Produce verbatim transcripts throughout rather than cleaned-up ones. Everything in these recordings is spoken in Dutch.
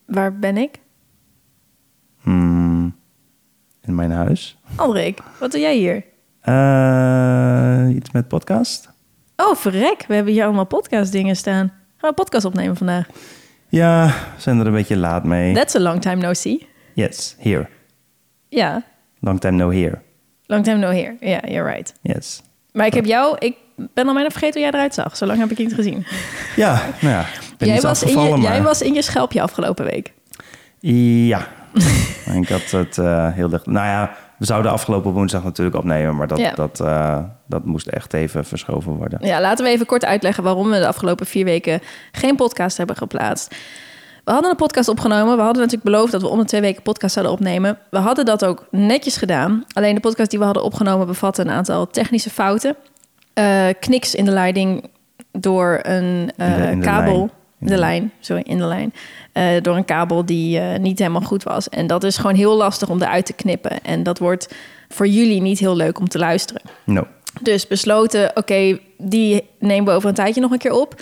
Waar ben ik? Hmm, in mijn huis. Alrik, wat doe jij hier? Uh, iets met podcast? Oh, verrek. We hebben hier allemaal podcast dingen staan. Gaan we een podcast opnemen vandaag? Ja, we zijn er een beetje laat mee. That's a long time no see. Yes, here. Ja. Long time no here. Long time no here. Ja, yeah, you're right. Yes. Maar ik heb jou... Ik ben al bijna vergeten hoe jij eruit zag. Zo lang heb ik je niet gezien. Ja, nou ja. Ben jij, iets was in je, maar... jij was in je schelpje afgelopen week. Ja. Ik had het uh, heel dicht... Nou ja, we zouden afgelopen woensdag natuurlijk opnemen... maar dat, ja. dat, uh, dat moest echt even verschoven worden. Ja, laten we even kort uitleggen... waarom we de afgelopen vier weken geen podcast hebben geplaatst. We hadden een podcast opgenomen. We hadden natuurlijk beloofd dat we om de twee weken podcast zouden opnemen. We hadden dat ook netjes gedaan. Alleen de podcast die we hadden opgenomen... bevatte een aantal technische fouten. Uh, kniks in de leiding door een uh, in de, in de kabel... Lijn. In de lijn, sorry, in de lijn. Uh, door een kabel die uh, niet helemaal goed was. En dat is gewoon heel lastig om eruit te knippen. En dat wordt voor jullie niet heel leuk om te luisteren. No. Dus besloten, oké, okay, die nemen we over een tijdje nog een keer op.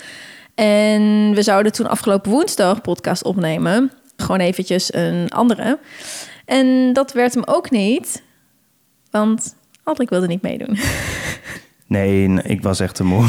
En we zouden toen afgelopen woensdag podcast opnemen. Gewoon eventjes een andere. En dat werd hem ook niet. Want Aldrik wilde niet meedoen. Nee, ik was echt te moe.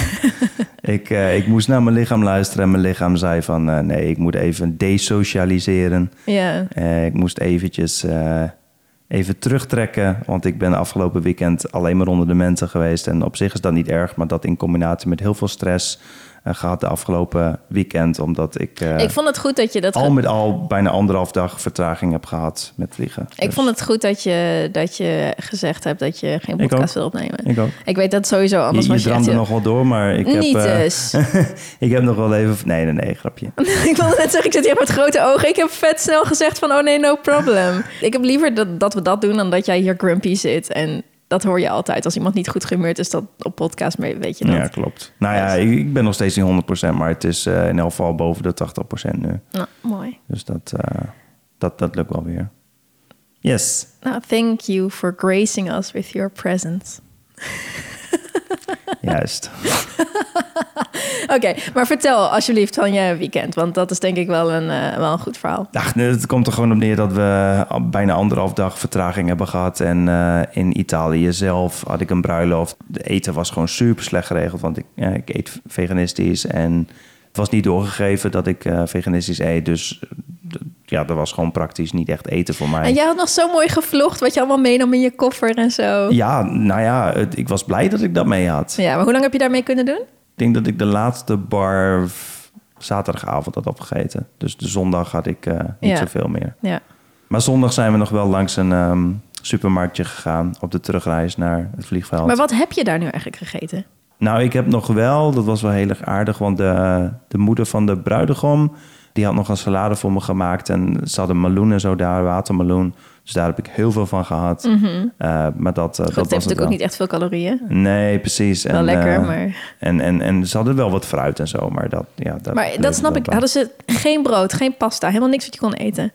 ik, uh, ik moest naar mijn lichaam luisteren en mijn lichaam zei van... Uh, nee, ik moet even desocialiseren. Ja. Uh, ik moest eventjes uh, even terugtrekken... want ik ben afgelopen weekend alleen maar onder de mensen geweest... en op zich is dat niet erg, maar dat in combinatie met heel veel stress... Uh, gehad de afgelopen weekend, omdat ik... Uh, ik vond het goed dat je dat... al met al bijna anderhalf dag vertraging heb gehad met vliegen. Ik dus. vond het goed dat je, dat je gezegd hebt dat je geen podcast wil opnemen. Ik ook. Ik weet dat sowieso anders je, was. Je dramde er nog wel door, maar ik Niet heb... Uh, dus. ik heb nog wel even... Nee, nee, nee, grapje. Ik wilde net zeggen, ik zit hier met grote ogen. Ik heb vet snel gezegd van, oh nee, no problem. Ik heb liever dat, dat we dat doen dan dat jij hier grumpy zit en... Dat hoor je altijd. Als iemand niet goed gehumeurd is, dat op podcast mee, weet je dat. Ja, klopt. Nou ja, ik, ik ben nog steeds niet honderd procent, maar het is uh, in elk geval boven de tachtig procent nu. Nou, mooi. Dus dat, uh, dat, dat lukt wel weer. Yes. Nou, thank you for gracing us with your presence. Juist. Oké, okay, maar vertel alsjeblieft van je weekend. Want dat is denk ik wel een, uh, wel een goed verhaal. Ach, het komt er gewoon op neer dat we bijna anderhalf dag vertraging hebben gehad. En uh, in Italië zelf had ik een bruiloft. De eten was gewoon super slecht geregeld. Want ik, ja, ik eet veganistisch. En het was niet doorgegeven dat ik uh, veganistisch eet. Dus ja, dat was gewoon praktisch niet echt eten voor mij. En jij had nog zo mooi gevlogd wat je allemaal meenam in je koffer en zo. Ja, nou ja, het, ik was blij dat ik dat mee had. Ja, maar hoe lang heb je daarmee kunnen doen? Ik denk dat ik de laatste bar zaterdagavond had opgegeten. Dus de zondag had ik uh, niet ja. zoveel meer. Ja. Maar zondag zijn we nog wel langs een um, supermarktje gegaan... op de terugreis naar het vliegveld. Maar wat heb je daar nu eigenlijk gegeten? Nou, ik heb nog wel, dat was wel heel erg aardig... want de, de moeder van de bruidegom... die had nog een salade voor me gemaakt... en ze hadden meloen en zo daar, watermeloen... Dus daar heb ik heel veel van gehad. Mm-hmm. Uh, maar dat, uh, Goed, dat het heeft natuurlijk ook niet echt veel calorieën. Nee, precies. Wel en, lekker, uh, maar... En, en, en ze hadden wel wat fruit en zo, maar dat... Ja, dat maar dat snap ik. Bij. Hadden ze geen brood, geen pasta, helemaal niks wat je kon eten?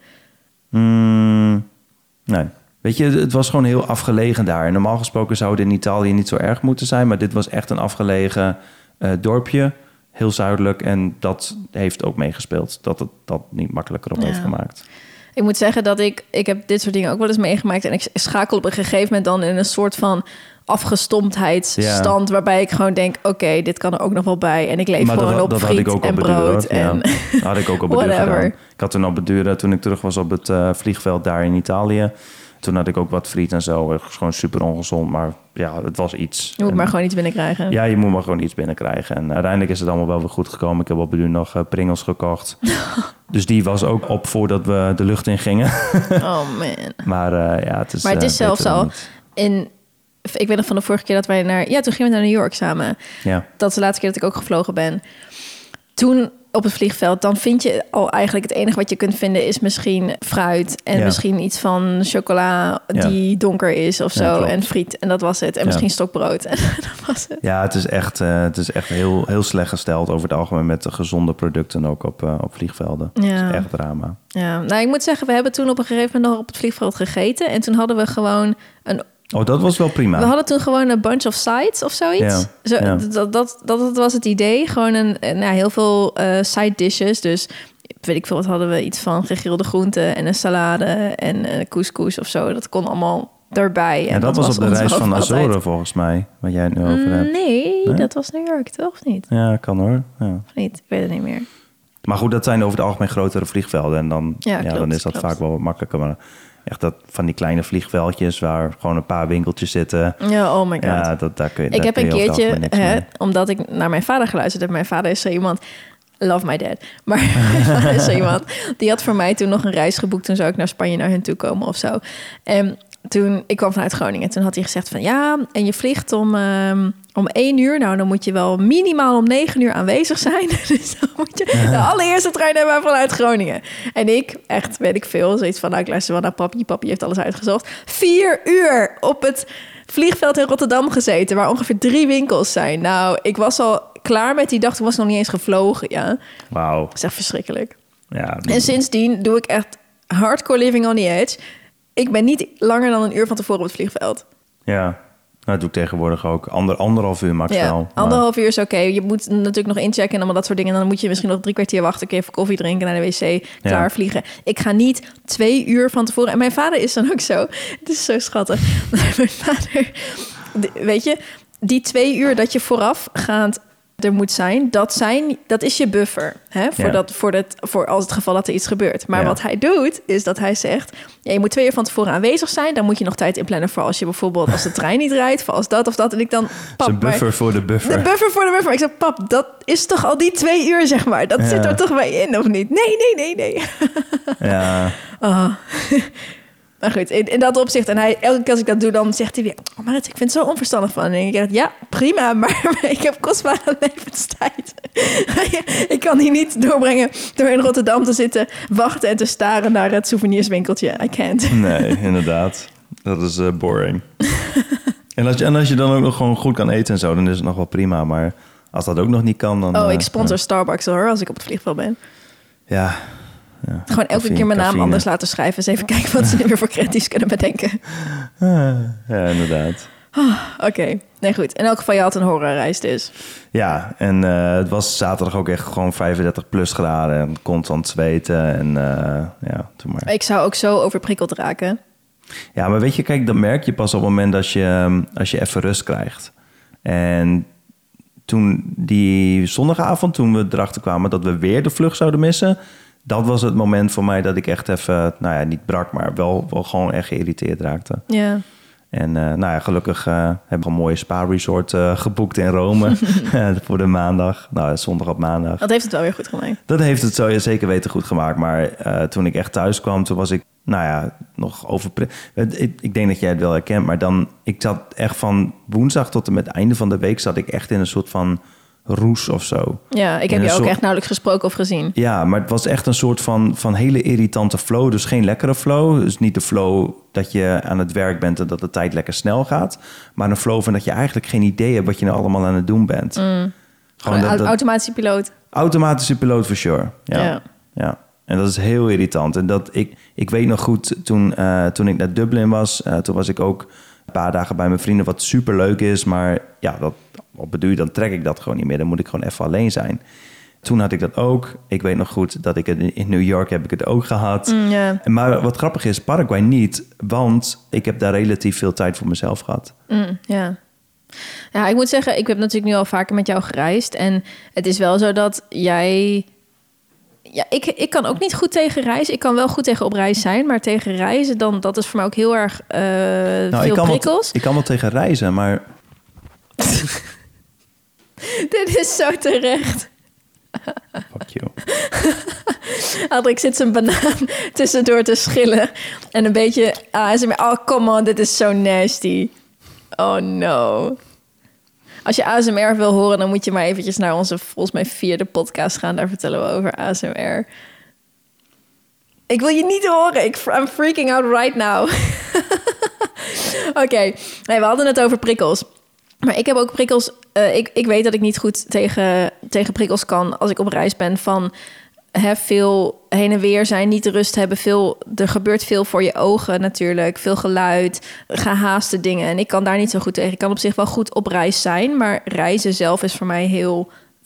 Mm, nee. Weet je, het was gewoon heel afgelegen daar. En normaal gesproken zou het in Italië niet zo erg moeten zijn... maar dit was echt een afgelegen uh, dorpje, heel zuidelijk... en dat heeft ook meegespeeld, dat het dat niet makkelijker op ja. heeft gemaakt. Ik moet zeggen dat ik... Ik heb dit soort dingen ook wel eens meegemaakt... en ik schakel op een gegeven moment dan in een soort van afgestomptheidsstand... Ja. waarbij ik gewoon denk, oké, okay, dit kan er ook nog wel bij. En ik leef maar gewoon dat, op dat friet en brood. Beduur, en ja. Dat had ik ook op beduur gedaan. Ik had toen op beduur, toen ik terug was op het uh, vliegveld daar in Italië... Toen had ik ook wat friet en zo. Het was gewoon super ongezond, maar ja, het was iets. Je moet en, maar gewoon iets binnenkrijgen. Ja, je moet maar gewoon iets binnenkrijgen. En uiteindelijk is het allemaal wel weer goed gekomen. Ik heb op beduur nog uh, Pringles gekocht. Dus die was ook op voordat we de lucht in gingen. Oh man. Maar uh, ja, het is Maar het is uh, zelfs al... In, ik weet nog van de vorige keer dat wij naar... Ja, toen gingen we naar New York samen. Ja. Dat is de laatste keer dat ik ook gevlogen ben. Toen... op het vliegveld, dan vind je al eigenlijk het enige wat je kunt vinden is misschien fruit en ja. misschien iets van chocola die ja. donker is of zo ja, en friet en dat was het en ja. misschien stokbrood en dat was het. Ja, het is echt, uh, het is echt heel, heel slecht gesteld over het algemeen met de gezonde producten ook op, uh, op vliegvelden. Ja. Het is echt drama. Ja, nou ik moet zeggen, we hebben toen op een gegeven moment nog op het vliegveld gegeten en toen hadden we gewoon een Oh, dat was wel prima. We hadden toen gewoon een bunch of sides of zoiets. Ja, Zo, ja. dat, dat, dat, dat was het idee. Gewoon een, nou, heel veel uh, side dishes. Dus weet ik veel, wat hadden we, iets van gegrilde groenten en een salade en een couscous of zo. Dat kon allemaal erbij. En ja, dat, dat was, was op de reis van Azoren altijd. volgens mij, waar jij het nu over hebt. Nee, nee, dat was New York, toch? Of niet? Ja, kan hoor. Ja. Of niet? Ik weet het niet meer. Maar goed, dat zijn over het algemeen grotere vliegvelden. En dan, Ja, ja, klopt, dan is dat klopt. vaak wel wat makkelijker. Maar echt dat van die kleine vliegveldjes waar gewoon een paar winkeltjes zitten. Ja, oh my god. Ja, dat, daar kun je, Ik daar heb kun een je over het keertje, algemeen niks hè, mee. omdat ik naar mijn vader geluisterd heb. Mijn vader is zo iemand, love my dad. Maar mijn vader is zo iemand, die had voor mij toen nog een reis geboekt. Toen zou ik naar Spanje naar hun toe komen of zo. En toen, ik kwam vanuit Groningen. Toen had hij gezegd van ja, en je vliegt om, um, om één uur. Nou, dan moet je wel minimaal om negen uur aanwezig zijn. Dus dan moet je de allereerste trein hebben vanuit Groningen. En ik, echt, weet ik veel, zoiets van, nou, ik luister wel naar papi. Papi heeft alles uitgezocht. Vier uur op het vliegveld in Rotterdam gezeten, waar ongeveer drie winkels zijn. Nou, ik was al klaar met die dag. Toen was ik nog niet eens gevlogen, ja. Wauw. Dat is echt verschrikkelijk. Ja, En sindsdien doe ik echt hardcore living on the edge. Ik ben niet langer dan een uur van tevoren op het vliegveld. ja, nou, dat doe ik tegenwoordig ook. Ander, anderhalf uur max Ja, wel. Maar- anderhalf uur is oké. Je moet natuurlijk nog inchecken en allemaal dat soort dingen. En dan moet je misschien nog drie kwartier wachten. Kun je even koffie drinken, naar de wc, klaar vliegen. Ik ga niet twee uur van tevoren. En mijn vader is dan ook zo. Het is zo schattig. Mijn vader, weet je, die twee uur dat je voorafgaand er moet zijn, dat, zijn, dat is je buffer. Hè? Voor, Ja. dat, voor, dat, voor als het geval dat er iets gebeurt. Maar Ja. wat hij doet, is dat hij zegt, ja, je moet twee uur van tevoren aanwezig zijn. Dan moet je nog tijd inplannen voor als je bijvoorbeeld, als de trein niet rijdt, voor als dat of dat. En ik dan, pap, Zijn buffer maar, voor de buffer. de buffer voor de buffer. Ik zeg, pap, dat is toch al die twee uur, zeg maar. Dat Ja. zit er toch bij in, of niet? Nee, nee, nee, nee. Ja, Oh. Maar goed, in, in dat opzicht. En hij, elke keer als ik dat doe, dan zegt hij weer, oh Marit, ik vind het zo onverstandig van. En ik zeg, ja, prima, maar, maar ik heb kostbare levenstijd. Ik kan die niet doorbrengen door in Rotterdam te zitten, wachten en te staren naar het souvenirswinkeltje. I can't. nee, inderdaad. Dat is uh, boring. en, als je, en als je dan ook nog gewoon goed kan eten en zo, dan is het nog wel prima. Maar als dat ook nog niet kan, dan... Oh, uh, ik sponsor uh, Starbucks hoor, als ik op het vliegveld ben. Ja. ja. Gewoon elke Cafeïne, keer mijn naam cafeïne. anders laten schrijven. Eens even kijken wat ze nu weer voor creatiefs kunnen bedenken. Uh, ja, inderdaad. Oké, okay. Nee goed. In elk geval, je had een horrorreis dus. Ja, en uh, het was zaterdag ook echt gewoon vijfendertig plus graden en constant zweten. En uh, ja, toen maar. Ik zou ook zo overprikkeld raken. Ja, maar weet je, kijk, dat merk je pas op het moment als je, als je even rust krijgt. En toen die zondagavond, toen we erachter kwamen dat we weer de vlucht zouden missen, dat was het moment voor mij dat ik echt even, nou ja, niet brak, maar wel, wel gewoon echt geïrriteerd raakte. Ja. En uh, nou ja, gelukkig uh, hebben we een mooie spa-resort uh, geboekt in Rome voor de maandag. Nou, zondag op maandag. Dat heeft het wel weer goed gemaakt. Dat heeft het zo zeker weten goed gemaakt. Maar uh, toen ik echt thuis kwam, toen was ik, nou ja, nog over. Ik, ik denk dat jij het wel herkent, maar dan, ik zat echt van woensdag tot en met het einde van de week zat ik echt in een soort van roes of zo. Ja, ik heb In je een ook soort... echt nauwelijks gesproken of gezien. Ja, maar het was echt een soort van, van hele irritante flow. Dus geen lekkere flow. Dus niet de flow dat je aan het werk bent en dat de tijd lekker snel gaat. Maar een flow van dat je eigenlijk geen idee hebt wat je nou allemaal aan het doen bent. Mm. Gewoon dat, dat... Automatische piloot. Automatische piloot for sure. Ja. Ja. ja. En dat is heel irritant. En dat ik, ik weet nog goed, toen, uh, toen ik naar Dublin was, uh, toen was ik ook een paar dagen bij mijn vrienden, wat super leuk is. Maar ja, dat, wat bedoel je, dan trek ik dat gewoon niet meer. Dan moet ik gewoon even alleen zijn. Toen had ik dat ook. Ik weet nog goed dat ik het in New York heb ik het ook gehad. Mm, yeah. Maar wat grappig is, Paraguay niet. Want ik heb daar relatief veel tijd voor mezelf gehad. Mm, ja. Ja, ik moet zeggen, ik heb natuurlijk nu al vaker met jou gereisd. En het is wel zo dat jij... Ja, ik, ik kan ook niet goed tegen reizen. Ik kan wel goed tegen op reis zijn. Maar tegen reizen, dan, dat is voor mij ook heel erg uh, nou, veel ik kan prikkels. Wel, ik kan wel tegen reizen, maar... Dit is zo terecht. Fuck you. Adrik zit zijn banaan tussendoor te schillen. En een beetje... Ah, is oh, come on, dit is zo nasty. Oh, no. Als je A S M R wil horen, dan moet je maar eventjes naar onze, volgens mij, vierde podcast gaan. Daar vertellen we over A S M R. Ik wil je niet horen. Ik, I'm freaking out right now. Oké, okay. Nee, we hadden het over prikkels. Maar ik heb ook prikkels... Uh, ik, ik weet dat ik niet goed tegen, tegen prikkels kan als ik op reis ben van... Hè, veel heen en weer zijn, niet de rust hebben. Veel, er gebeurt veel voor je ogen natuurlijk. Veel geluid, gehaaste dingen. En ik kan daar niet zo goed tegen. Ik kan op zich wel goed op reis zijn, maar reizen zelf is voor mij heel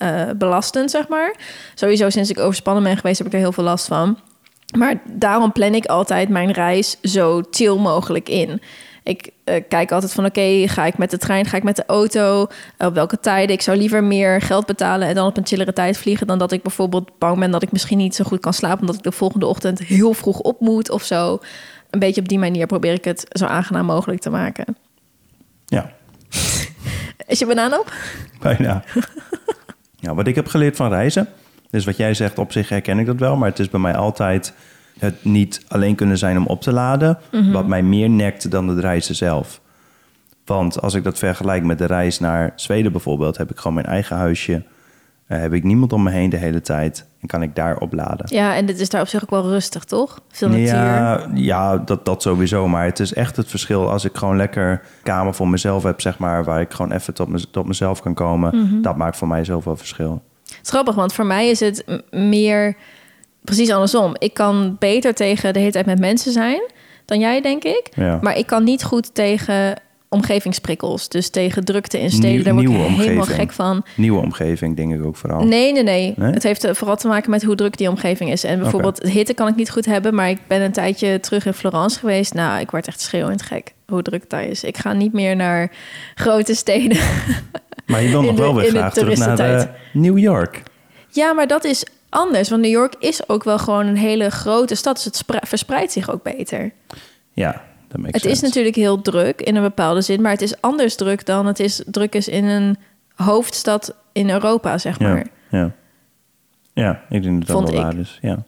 uh, belastend, zeg maar. Sowieso sinds ik overspannen ben geweest heb ik er heel veel last van. Maar daarom plan ik altijd mijn reis zo chill mogelijk in. Ik uh, kijk altijd van oké, okay, ga ik met de trein, ga ik met de auto? Uh, op welke tijden? Ik zou liever meer geld betalen en dan op een chillere tijd vliegen... dan dat ik bijvoorbeeld bang ben dat ik misschien niet zo goed kan slapen... omdat ik de volgende ochtend heel vroeg op moet of zo. Een beetje op die manier probeer ik het zo aangenaam mogelijk te maken. Ja. Is je banaan op? Bijna. Ja, wat ik heb geleerd van reizen... dus wat jij zegt, op zich herken ik dat wel... maar het is bij mij altijd het niet alleen kunnen zijn om op te laden... Mm-hmm. wat mij meer nekt dan het reizen zelf. Want als ik dat vergelijk met de reis naar Zweden bijvoorbeeld... heb ik gewoon mijn eigen huisje... Uh, heb ik niemand om me heen de hele tijd... en kan ik daar opladen. Ja, en dit is daar op zich ook wel rustig, toch? Veel natuur. Ja, ja dat, dat sowieso. Maar het is echt het verschil als ik gewoon lekker kamer voor mezelf heb... zeg maar, waar ik gewoon even tot, me, tot mezelf kan komen. Mm-hmm. Dat maakt voor mij zoveel verschil. Het is grappig, want voor mij is het m- meer precies andersom. Ik kan beter tegen de hele tijd met mensen zijn dan jij, denk ik. Ja. Maar ik kan niet goed tegen omgevingsprikkels. Dus tegen drukte in steden. Nieuw, daar word ik nieuwe helemaal omgeving. gek van. Nieuwe omgeving, denk ik ook vooral. Nee, nee, nee, nee. Het heeft vooral te maken met hoe druk die omgeving is. En bijvoorbeeld okay. hitte kan ik niet goed hebben. Maar ik ben een tijdje terug in Florence geweest. Nou, ik word echt schreeuwend gek hoe druk het daar is. Ik ga niet meer naar grote steden. Maar je wil nog de, wel weer graag terug naar de New York. Ja, maar dat is anders. Want New York is ook wel gewoon een hele grote stad. Dus het spra- verspreidt zich ook beter. Ja, dat makes Het sense. is natuurlijk heel druk in een bepaalde zin. Maar het is anders druk dan het is druk is in een hoofdstad in Europa, zeg maar. Ja, ja. ja ik denk dat dat Vond wel ik. waar is. Ja.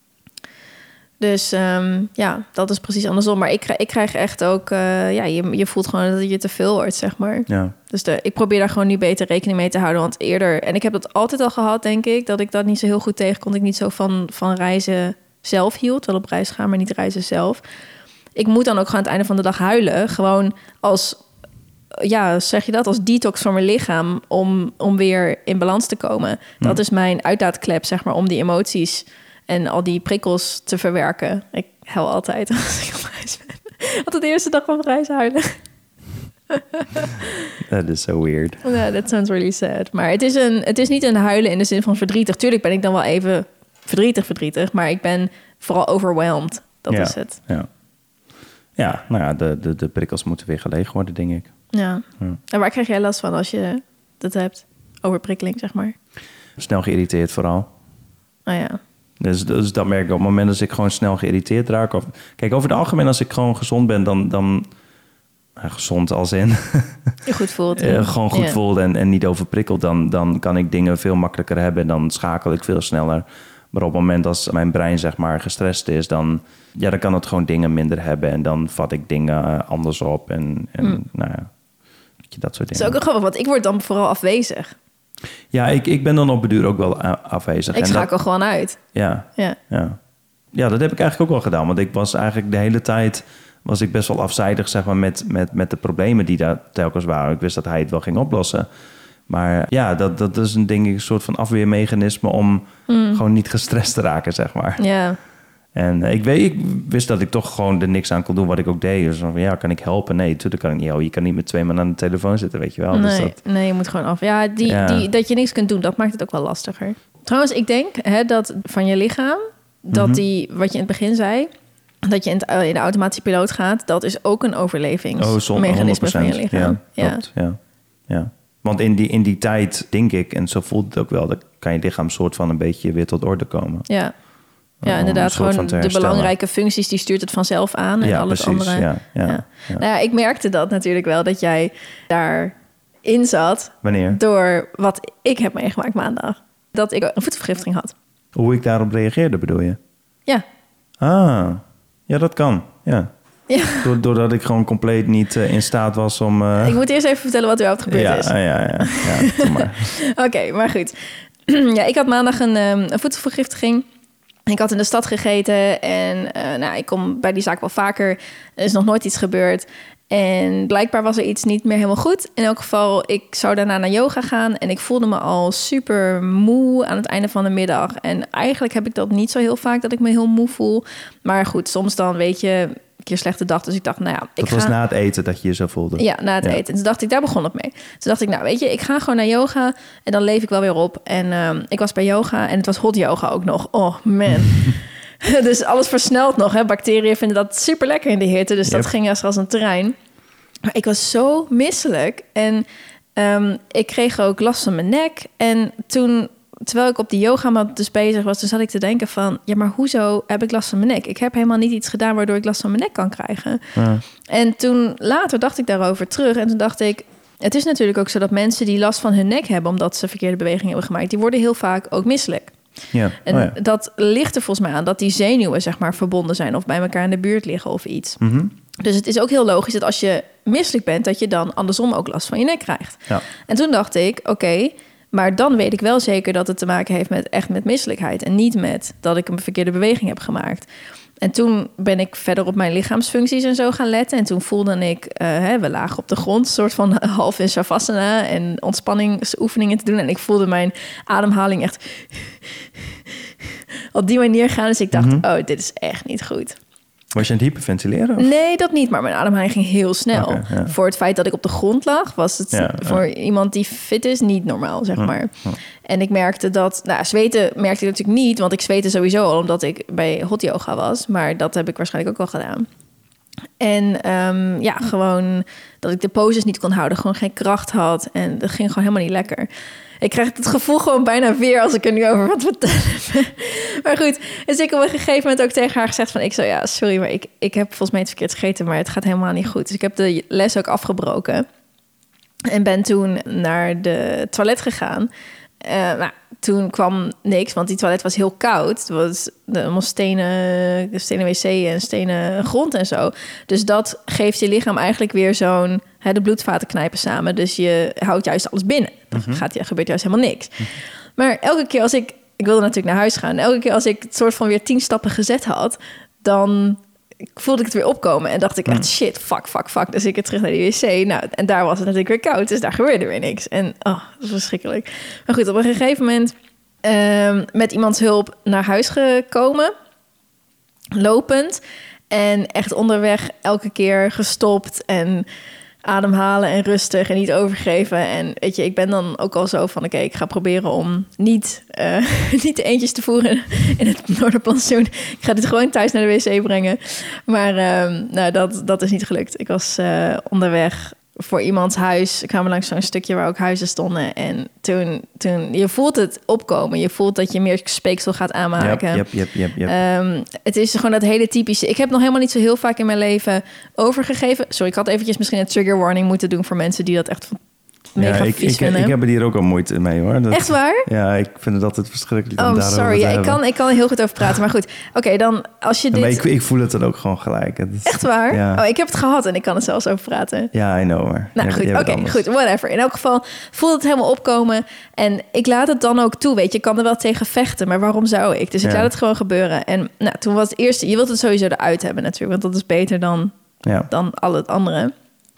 Dus um, ja, dat is precies andersom. Maar ik, krijg, ik krijg echt ook... Uh, ja, je, je voelt gewoon dat je te veel wordt, zeg maar. Ja. Dus de, ik probeer daar gewoon nu beter rekening mee te houden. Want eerder... En ik heb dat altijd al gehad, denk ik. Dat ik dat niet zo heel goed tegen kon. Ik niet zo van, van reizen zelf hield. Wel op reis gaan, maar niet reizen zelf. Ik moet dan ook gewoon aan het einde van de dag huilen. Gewoon als... Ja, zeg je dat? Als detox voor mijn lichaam. Om, om weer in balans te komen. Hm. Dat is mijn uitlaatklep, zeg maar. Om die emoties... en al die prikkels te verwerken. Ik huil altijd als ik op reis ben. Altijd de eerste dag van reis huilen. That is so weird. Yeah, that sounds really sad. Maar het is, een, het is niet een huilen in de zin van verdrietig. Tuurlijk ben ik dan wel even verdrietig verdrietig. Maar ik ben vooral overwhelmed. Dat ja, is het. Ja, ja nou ja, de, de, de prikkels moeten weer gelegen worden, denk ik. Ja. ja. En waar krijg jij last van als je dat hebt? Overprikkeling, zeg maar. Snel geïrriteerd vooral. Oh ja. Dus, dus dat merk ik op het moment dat ik gewoon snel geïrriteerd raak. Of, kijk, over het algemeen als ik gewoon gezond ben, dan... dan nou, gezond als in... je goed voelt. uh, gewoon goed ja. voelt en, en niet overprikkeld. Dan, dan kan ik dingen veel makkelijker hebben. Dan schakel ik veel sneller. Maar op het moment als mijn brein zeg maar gestrest is... dan, ja, dan kan het gewoon dingen minder hebben. En dan vat ik dingen uh, anders op. En, en mm. nou ja, dat soort dingen. Dat is ook een grappig, want ik word dan vooral afwezig. Ja, ik, ik ben dan op beduur ook wel afwezig. Ik schakel dat, gewoon uit. Ja, ja. Ja. ja, dat heb ik eigenlijk ook wel gedaan. Want ik was eigenlijk de hele tijd... was ik best wel afzijdig zeg maar, met, met, met de problemen die daar telkens waren. Ik wist dat hij het wel ging oplossen. Maar ja, dat, dat is een ding, een soort van afweermechanisme... om mm. gewoon niet gestrest te raken, zeg maar. Ja. En ik, weet, ik wist dat ik toch gewoon er niks aan kon doen wat ik ook deed. Dus van, ja, kan ik helpen? Nee, natuurlijk kan ik niet helpen. Je kan niet met twee man aan de telefoon zitten, weet je wel. Nee, dus dat... nee je moet gewoon af. Ja, die, ja. Die, dat je niks kunt doen, dat maakt het ook wel lastiger. Trouwens, ik denk hè, dat van je lichaam... dat mm-hmm. die, wat je in het begin zei... dat je in, het, in de automatische piloot gaat... dat is ook een overlevingsmechanisme oh, van je lichaam. Ja, ja. ja, ja. Want in die, in die tijd, denk ik... en zo voelt het ook wel... dan kan je lichaam soort van een beetje weer tot orde komen. Ja. Ja, inderdaad, gewoon de belangrijke functies, die stuurt het vanzelf aan en ja, alles precies, andere. Ja, ja, ja. Ja. Nou ja, ik merkte dat natuurlijk wel, dat jij daarin zat. Wanneer? Door wat ik heb meegemaakt maandag. Dat ik een voedselvergiftiging had. Hoe ik daarop reageerde, bedoel je? Ja. Ah, ja, dat kan, ja. Ja. Doordat ik gewoon compleet niet uh, in staat was om... Uh... Ik moet eerst even vertellen wat er überhaupt gebeurd ja, is. Ja, ja, ja. ja maar. Oké, okay, maar goed. Ja, ik had maandag een, um, een voedselvergiftiging. Ik had in de stad gegeten en uh, nou, ik kom bij die zaak wel vaker. Er is nog nooit iets gebeurd. En blijkbaar was er iets niet meer helemaal goed. In elk geval, ik zou daarna naar yoga gaan. En ik voelde me al super moe aan het einde van de middag. En eigenlijk heb ik dat niet zo heel vaak, dat ik me heel moe voel. Maar goed, soms dan weet je... keer slechte dag. Dus ik dacht, nou ja, ik dat ga... was na het eten dat je je zo voelde? Ja, na het ja. eten. En toen dacht ik, daar begon het mee. Toen dacht ik, nou weet je, ik ga gewoon naar yoga en dan leef ik wel weer op. En um, ik was bij yoga en het was hot yoga ook nog. Oh man. Dus alles versnelt nog. Hè? Bacteriën vinden dat super lekker in de hitte. Dus dat yep. ging als, als een trein. Maar ik was zo misselijk. En um, ik kreeg ook last van mijn nek. En toen, terwijl ik op die yogamat dus bezig was, toen zat ik te denken van, ja, maar hoezo heb ik last van mijn nek? Ik heb helemaal niet iets gedaan waardoor ik last van mijn nek kan krijgen. Ja. En toen later dacht ik daarover terug. En toen dacht ik, het is natuurlijk ook zo dat mensen die last van hun nek hebben, omdat ze verkeerde bewegingen hebben gemaakt, die worden heel vaak ook misselijk. Ja. En oh ja. dat ligt er volgens mij aan dat die zenuwen zeg maar verbonden zijn of bij elkaar in de buurt liggen of iets. Mm-hmm. Dus het is ook heel logisch dat als je misselijk bent, dat je dan andersom ook last van je nek krijgt. Ja. En toen dacht ik, oké, okay, maar dan weet ik wel zeker dat het te maken heeft met echt met misselijkheid en niet met dat ik een verkeerde beweging heb gemaakt. En toen ben ik verder op mijn lichaamsfuncties en zo gaan letten. En toen voelde ik, uh, hè, we lagen op de grond, een soort van half in shavasana en ontspanningsoefeningen te doen. En ik voelde mijn ademhaling echt op die manier gaan. Dus ik dacht, mm-hmm. oh, dit is echt niet goed. Was je aan het hyperventileren? Of? Nee, dat niet. Maar mijn ademhaling ging heel snel. Okay, ja. Voor het feit dat ik op de grond lag, was het ja, voor ja. iemand die fit is niet normaal, zeg maar. Ja, ja. En ik merkte dat, nou, zweten merkte ik natuurlijk niet, want ik zweette sowieso al omdat ik bij hot yoga was. Maar dat heb ik waarschijnlijk ook al gedaan. En um, ja, gewoon dat ik de poses niet kon houden, gewoon geen kracht had. En dat ging gewoon helemaal niet lekker. Ik krijg het gevoel gewoon bijna weer als ik er nu over wat vertellen. Maar goed, dus ik op een gegeven moment ook tegen haar gezegd van, ik zo, ja, sorry, maar ik, ik heb volgens mij het verkeerd gegeten, maar het gaat helemaal niet goed. Dus ik heb de les ook afgebroken en ben toen naar de toilet gegaan. Uh, nou, toen kwam niks, want die toilet was heel koud. Het was allemaal stenen, stenen wc en stenen grond en zo. Dus dat geeft je lichaam eigenlijk weer zo'n, hè, de bloedvaten knijpen samen. Dus je houdt juist alles binnen. Dan mm-hmm. gaat, ja, gebeurt juist helemaal niks. Mm-hmm. Maar elke keer als ik, ik wilde natuurlijk naar huis gaan. Elke keer als ik het soort van weer tien stappen gezet had, dan voelde ik het weer opkomen en dacht ik echt, shit, fuck, fuck, fuck. Dus ik ging terug naar die wc. Nou, en daar was het natuurlijk weer koud, dus daar gebeurde weer niks. En oh, dat was verschrikkelijk. Maar goed, op een gegeven moment um, met iemands hulp naar huis gekomen, lopend. En echt onderweg elke keer gestopt en ademhalen en rustig en niet overgeven. En weet je, ik ben dan ook al zo van, oké, okay, ik ga proberen om niet, uh, niet de eentjes te voeren in het Noorderplantsoen. Ik ga dit gewoon thuis naar de wc brengen. Maar uh, nou, dat, dat is niet gelukt. Ik was uh, onderweg voor iemands huis. Ik kwam langs zo'n stukje waar ook huizen stonden. En toen, toen, je voelt het opkomen. Je voelt dat je meer speeksel gaat aanmaken. Yep, yep, yep, yep, yep. Um, het is gewoon dat hele typische. Ik heb nog helemaal niet zo heel vaak in mijn leven overgegeven. Sorry, ik had eventjes misschien een trigger warning moeten doen voor mensen die dat echt mega ja, ik, vies ik, vinden. Ik heb er hier ook al moeite mee, hoor. Dat, echt waar? Ja, ik vind het altijd verschrikkelijk. Oh, om sorry. Ja, ik, kan, ik kan er heel goed over praten. Maar goed, oké, okay, dan als je dit... Ja, maar ik, ik voel het dan ook gewoon gelijk. Het is, echt waar? Ja. Oh, ik heb het gehad en ik kan er zelfs over praten. Ja, I know, maar... Nou, goed, oké, okay, goed, whatever. In elk geval voelde het helemaal opkomen. En ik laat het dan ook toe, weet je. Ik kan er wel tegen vechten, maar waarom zou ik? Dus ik ja. laat het gewoon gebeuren. En nou, toen was het eerste... Je wilt het sowieso eruit hebben natuurlijk, want dat is beter dan, ja. dan al het andere.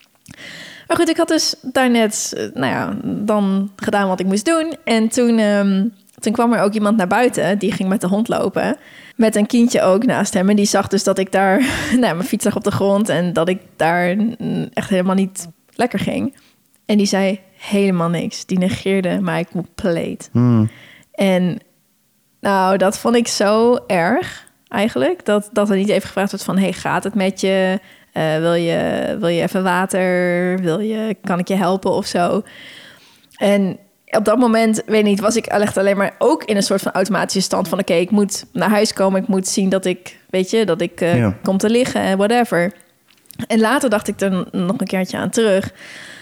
Maar goed, ik had dus daarnet, nou ja, dan gedaan wat ik moest doen. En toen, um, toen kwam er ook iemand naar buiten. Die ging met de hond lopen. Met een kindje ook naast hem. En die zag dus dat ik daar, nou, mijn fiets lag op de grond. En dat ik daar echt helemaal niet lekker ging. En die zei helemaal niks. Die negeerde mij compleet. Hmm. En nou, dat vond ik zo erg eigenlijk. Dat, dat er niet even gevraagd wordt van, hey, gaat het met je? Uh, wil je, wil je even water? Wil je, kan ik je helpen of zo? En op dat moment, weet niet, was ik echt alleen maar ook in een soort van automatische stand van, oké, okay, ik moet naar huis komen. Ik moet zien dat ik, weet je, dat ik uh, ja. kom te liggen en whatever. En later dacht ik er nog een keertje aan terug.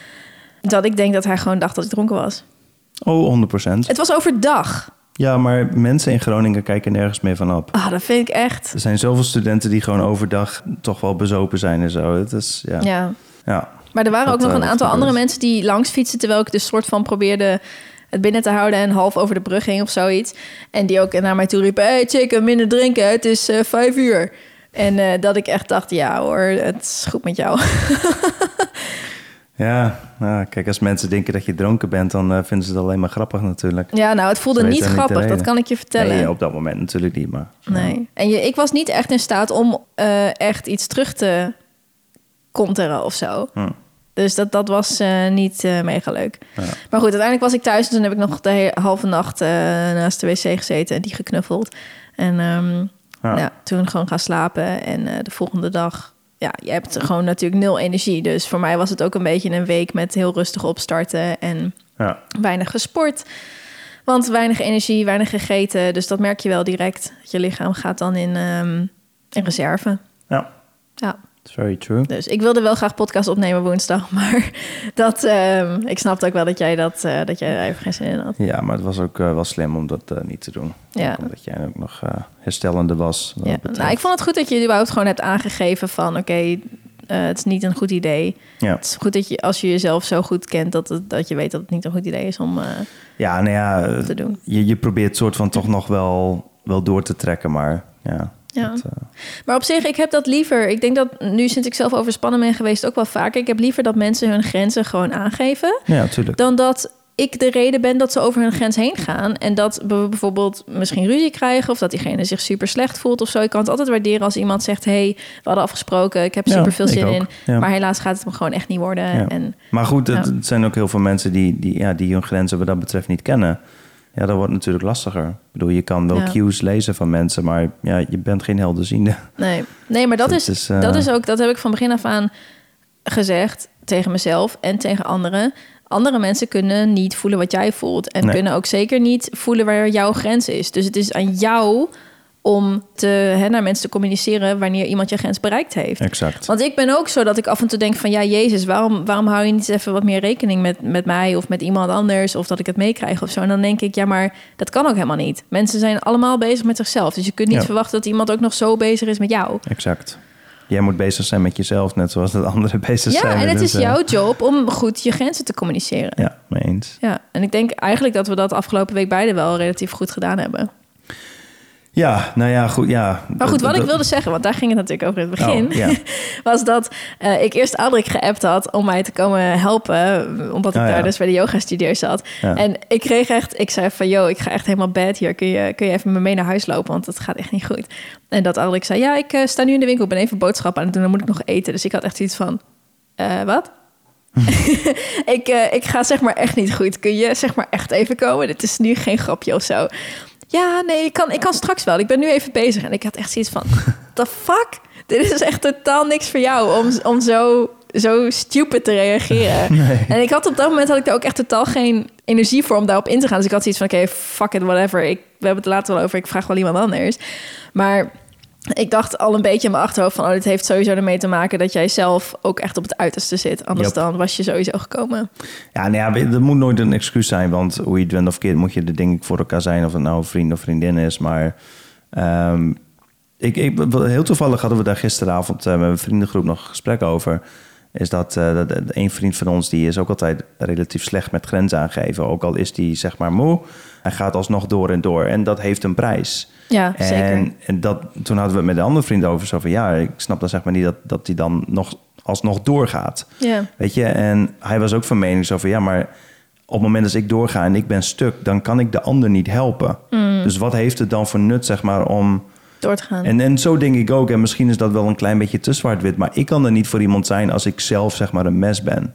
Dat ik denk dat hij gewoon dacht dat ik dronken was. Oh, honderd procent. Het was overdag. Ja, maar mensen in Groningen kijken nergens meer van op. Ah, dat vind ik echt. Er zijn zoveel studenten die gewoon overdag toch wel bezopen zijn en zo. Het is, ja. Ja. ja. Maar er waren dat, ook nog een aantal andere mensen die langs fietsen, terwijl ik dus soort van probeerde het binnen te houden en half over de brug ging of zoiets. En die ook naar mij toe riepen, hey chicken, minder drinken, het is uh, vijf uur. En uh, dat ik echt dacht, ja hoor, het is goed met jou. Ja, nou, kijk, als mensen denken dat je dronken bent, dan uh, vinden ze het alleen maar grappig natuurlijk. Ja, nou, het voelde niet grappig, niet dat kan ik je vertellen. Nee, op dat moment natuurlijk niet, maar... Nee, ja. en je, ik was niet echt in staat om uh, echt iets terug te konteren of zo. Hm. Dus dat, dat was uh, niet uh, mega leuk. Ja. Maar goed, uiteindelijk was ik thuis en toen heb ik nog de hele, halve nacht uh, naast de wc gezeten en die geknuffeld. En um, ja. Ja, toen gewoon gaan slapen en uh, de volgende dag... Ja, je hebt gewoon natuurlijk nul energie. Dus voor mij was het ook een beetje een week met heel rustig opstarten en ja. weinig gesport. Want weinig energie, weinig gegeten. Dus dat merk je wel direct. Je lichaam gaat dan in, um, in reserve. Ja. Ja. That's very true. Dus ik wilde wel graag podcast opnemen woensdag. Maar dat, um, ik snapte ook wel dat jij, dat, uh, dat jij er even geen zin in had. Ja, maar het was ook uh, wel slim om dat uh, niet te doen. Ja. Ook omdat jij ook nog uh, herstellende was. Ja. Nou, ik vond het goed dat je überhaupt gewoon hebt aangegeven van... oké, okay, uh, het is niet een goed idee. Ja. Het is goed dat je, als je jezelf zo goed kent... dat, het, dat je weet dat het niet een goed idee is om uh, ja, nou ja, te doen. Je, je probeert soort van toch nog wel, wel door te trekken, maar ja... Ja. Dat, uh... Maar op zich, ik heb dat liever. Ik denk dat nu, sinds ik zelf overspannen ben geweest, ook wel vaker. Ik heb liever dat mensen hun grenzen gewoon aangeven. Ja, natuurlijk. Dan dat ik de reden ben dat ze over hun grens heen gaan. En dat we bijvoorbeeld misschien ruzie krijgen... of dat diegene zich super slecht voelt of zo. Ik kan het altijd waarderen als iemand zegt... hey, we hadden afgesproken, ik heb super ja, veel zin in. Ja. Maar helaas gaat het hem gewoon echt niet worden. Ja. En, maar goed, het, ja. het zijn ook heel veel mensen... die, die, ja, die hun grenzen wat dat betreft niet kennen... Ja, dat wordt natuurlijk lastiger. Ik bedoel, je kan wel ja. cues lezen van mensen... maar ja, je bent geen helderziende. Nee, nee maar dat, dat, is, is, uh... dat is ook... dat heb ik van begin af aan gezegd... tegen mezelf en tegen anderen. Andere mensen kunnen niet voelen wat jij voelt... en nee. kunnen ook zeker niet voelen waar jouw grens is. Dus het is aan jou... om te, hè, naar mensen te communiceren... wanneer iemand je grens bereikt heeft. Exact. Want ik ben ook zo dat ik af en toe denk van... ja, Jezus, waarom, waarom hou je niet even wat meer rekening met, met mij... of met iemand anders, of dat ik het meekrijg of zo. En dan denk ik, ja, maar dat kan ook helemaal niet. Mensen zijn allemaal bezig met zichzelf. Dus je kunt niet ja. verwachten dat iemand ook nog zo bezig is met jou. Exact. Jij moet bezig zijn met jezelf... net zoals dat anderen bezig ja, zijn. Ja, en het dus, is jouw job om goed je grenzen te communiceren. Ja, mee eens. Ja, en ik denk eigenlijk dat we dat afgelopen week beide wel relatief goed gedaan hebben. Ja, nou ja, goed, ja. Maar goed, wat dat, ik wilde zeggen, want daar ging het natuurlijk over in het begin... Oh, ja. was dat uh, ik eerst Adrik geappt had om mij te komen helpen... omdat ik oh, daar ja. dus bij de yoga-studio zat. Ja. En ik kreeg echt, ik zei van... yo, ik ga echt helemaal bad hier. Kun je, kun je even met me mee naar huis lopen, want het gaat echt niet goed. En dat Adrik zei, ja, ik uh, sta nu in de winkel... ben even boodschappen aan het doen, dan moet ik nog eten. Dus ik had echt iets van, uh, wat? ik, uh, ik ga zeg maar echt niet goed. Kun je zeg maar echt even komen? Dit is nu geen grapje of zo. Ja, nee, ik kan, ik kan straks wel. Ik ben nu even bezig. En ik had echt zoiets van, the fuck? Dit is echt totaal niks voor jou om, om zo, zo stupid te reageren. Nee. En ik had op dat moment had ik er ook echt totaal geen energie voor om daarop in te gaan. Dus ik had zoiets van, oké, okay, fuck it, whatever. Ik, we hebben het later wel over. Ik vraag wel iemand anders. Maar ik dacht al een beetje in mijn achterhoofd van... oh, dit heeft sowieso ermee te maken dat jij zelf ook echt op het uiterste zit. Anders yep. dan was je sowieso gekomen. Ja, nou ja, dat moet nooit een excuus zijn. Want hoe je het bent of keert, moet je er denk ik voor elkaar zijn... of het nou een vriend of vriendin is. Maar um, ik, ik, heel toevallig hadden we daar gisteravond... Uh, met een vriendengroep nog een gesprek over... is dat, uh, dat een vriend van ons... die is ook altijd relatief slecht met grenzen aangeven. Ook al is die zeg maar moe... hij gaat alsnog door en door. En dat heeft een prijs... Ja, en, zeker. En dat, toen hadden we het met de andere vrienden over zo van... ja, ik snap dan zeg maar niet dat, dat hij dan nog alsnog doorgaat. Ja. Weet je, en hij was ook van mening zo van... ja, maar op het moment dat ik doorga en ik ben stuk... dan kan ik de ander niet helpen. Mm. Dus wat heeft het dan voor nut, zeg maar, om... door te gaan. En, en zo denk ik ook, en misschien is dat wel een klein beetje te zwart-wit... maar ik kan er niet voor iemand zijn als ik zelf, zeg maar, een mes ben.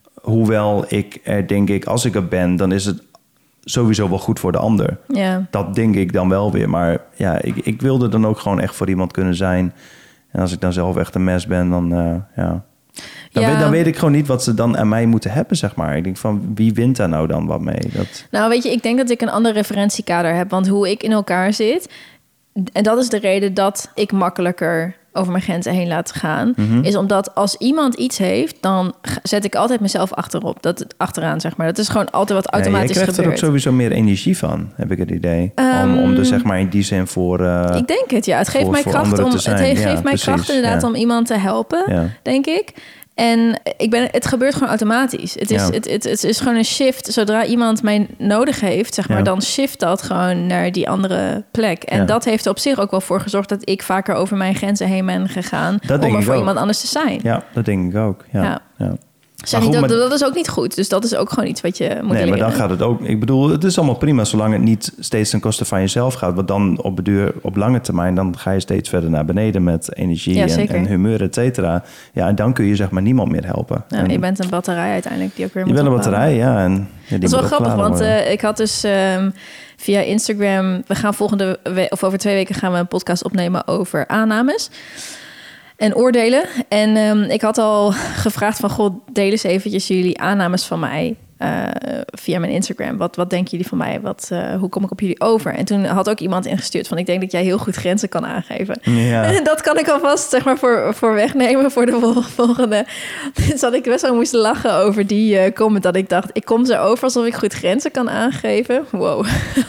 Hoewel ik er, denk ik, als ik er ben, dan is het... sowieso wel goed voor de ander. Ja. Dat denk ik dan wel weer. Maar ja, ik, ik wilde dan ook gewoon echt voor iemand kunnen zijn. En als ik dan zelf echt een mes ben, dan uh, ja... Dan, ja. weet, dan weet ik gewoon niet wat ze dan aan mij moeten hebben, zeg maar. Ik denk van, wie wint daar nou dan wat mee? Dat... Nou, weet je, ik denk dat ik een ander referentiekader heb. Want hoe ik in elkaar zit... en dat is de reden dat ik makkelijker over mijn grenzen heen laat gaan... Mm-hmm. is omdat als iemand iets heeft... dan zet ik altijd mezelf achterop. Dat achteraan, zeg maar. Dat is gewoon altijd wat automatisch gebeurt. Ja, je krijgt er ook sowieso meer energie van, heb ik het idee. Um, om, om er zeg maar in die zin voor... Uh, ik denk het, ja. Het geeft voor, mij kracht, om, het geeft ja, mij precies, kracht inderdaad ja. om iemand te helpen, ja. denk ik. En ik ben, het gebeurt gewoon automatisch. Het is, ja. het, het, het is gewoon een shift. Zodra iemand mij nodig heeft, zeg maar, ja. dan shift dat gewoon naar die andere plek. En ja. dat heeft er op zich ook wel voor gezorgd dat ik vaker over mijn grenzen heen ben gegaan. Dat om er voor ook. iemand anders te zijn. Ja, dat denk ik ook. Ja. Ja. Ja. Zeg niet, dat, maar, dat is ook niet goed. Dus dat is ook gewoon iets wat je moet nee, leren. Nee, maar dan gaat het ook... Ik bedoel, het is allemaal prima zolang het niet steeds ten koste van jezelf gaat. Want dan op, beduur, op lange termijn, dan ga je steeds verder naar beneden met energie ja, en, en humeur, et cetera. Ja, en dan kun je zeg maar niemand meer helpen. Ja, en, je bent een batterij uiteindelijk die ook weer je moet Je bent een opbouwen. batterij, ja. En, ja dat is wel grappig, want uh, ik had dus um, via Instagram... We gaan volgende week, of over twee weken gaan we een podcast opnemen over aannames. En oordelen. En um, ik had al gevraagd van... God, deel eens eventjes jullie aannames van mij... Uh, via mijn Instagram. Wat, wat denken jullie van mij? Wat, uh, hoe kom ik op jullie over? En toen had ook iemand ingestuurd van... ik denk dat jij heel goed grenzen kan aangeven. Ja. En dat kan ik alvast zeg maar voor, voor wegnemen voor de volgende. Dus dat ik best wel moest lachen over die uh, comment. Dat ik dacht, ik kom zo over alsof ik goed grenzen kan aangeven. Wow.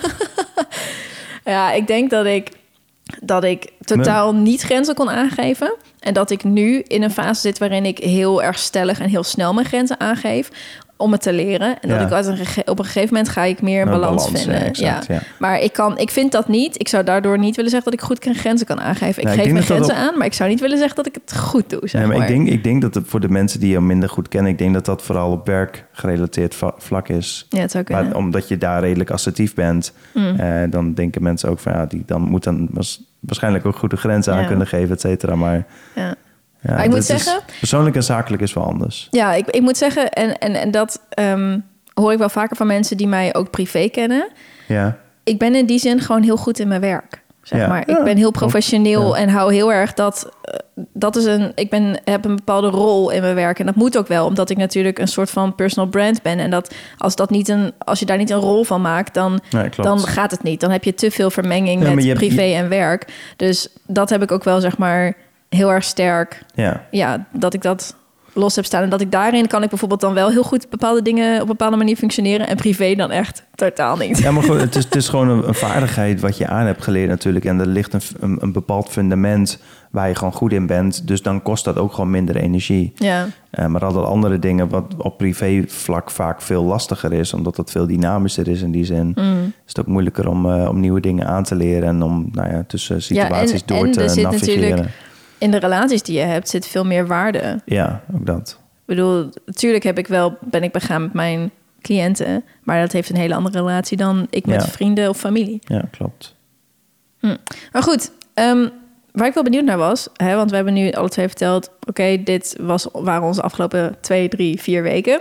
Ja, ik denk dat ik... dat ik totaal niet grenzen kon aangeven. En dat ik nu in een fase zit waarin ik heel erg stellig en heel snel mijn grenzen aangeef om het te leren. En ja. dat ik uit een gege- op een gegeven moment ga ik meer een balans, balans vinden. Ja, exact, ja. Ja. Maar ik, kan, ik vind dat niet. Ik zou daardoor niet willen zeggen dat ik goed grenzen kan aangeven. Ik ja, geef ik mijn grenzen op... aan, maar ik zou niet willen zeggen dat ik het goed doe. Zeg nee, maar, maar. Ik, denk, ik denk dat het voor de mensen die je minder goed kennen... ik denk dat dat vooral op werk gerelateerd vlak is. Ja, het zou kunnen. Maar omdat je daar redelijk assertief bent... Mm. Uh, dan denken mensen ook van... ja, die dan moet dan waarschijnlijk ook goede grenzen ja. aan kunnen geven, et cetera. Maar... Ja. Ja, maar ik moet zeggen... Persoonlijk en zakelijk is wel anders. Ja, ik, ik moet zeggen... en, en, en dat um, hoor ik wel vaker van mensen die mij ook privé kennen. Ja. Ik ben in die zin gewoon heel goed in mijn werk. Zeg ja. maar. Ik ja. ben heel professioneel ja. en hou heel erg dat... Uh, dat is een, ik ben, heb een bepaalde rol in mijn werk. En dat moet ook wel, omdat ik natuurlijk een soort van personal brand ben. En dat als, dat niet een, als je daar niet een rol van maakt, dan, nee, dan gaat het niet. Dan heb je te veel vermenging ja, met hebt, privé je... en werk. Dus dat heb ik ook wel, zeg maar... heel erg sterk. Ja. ja, dat ik dat los heb staan. En dat ik daarin kan ik bijvoorbeeld dan wel heel goed bepaalde dingen op een bepaalde manier functioneren. En privé dan echt totaal niet. Ja, maar goed, het is, het is gewoon een, een vaardigheid wat je aan hebt geleerd natuurlijk. En er ligt een, een, een bepaald fundament waar je gewoon goed in bent. Dus dan kost dat ook gewoon minder energie. Ja. Uh, maar al dat andere dingen wat op privévlak vaak veel lastiger is. Omdat dat veel dynamischer is in die zin. Mm. Is het ook moeilijker om, uh, om nieuwe dingen aan te leren. En om nou ja, tussen situaties ja, en, door en te navigeren. In de relaties die je hebt zit veel meer waarde. Ja, ook dat. Ik bedoel, natuurlijk heb ik wel, ben ik begaan met mijn cliënten, maar dat heeft een hele andere relatie dan ik met ja. vrienden of familie. Ja, klopt. Hm. Maar goed, um, waar ik wel benieuwd naar was, hè, want we hebben nu alle twee verteld, oké, okay, dit was, waren onze afgelopen twee, drie, vier weken.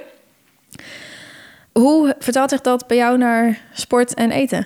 Hoe vertaalt zich dat bij jou naar sport en eten?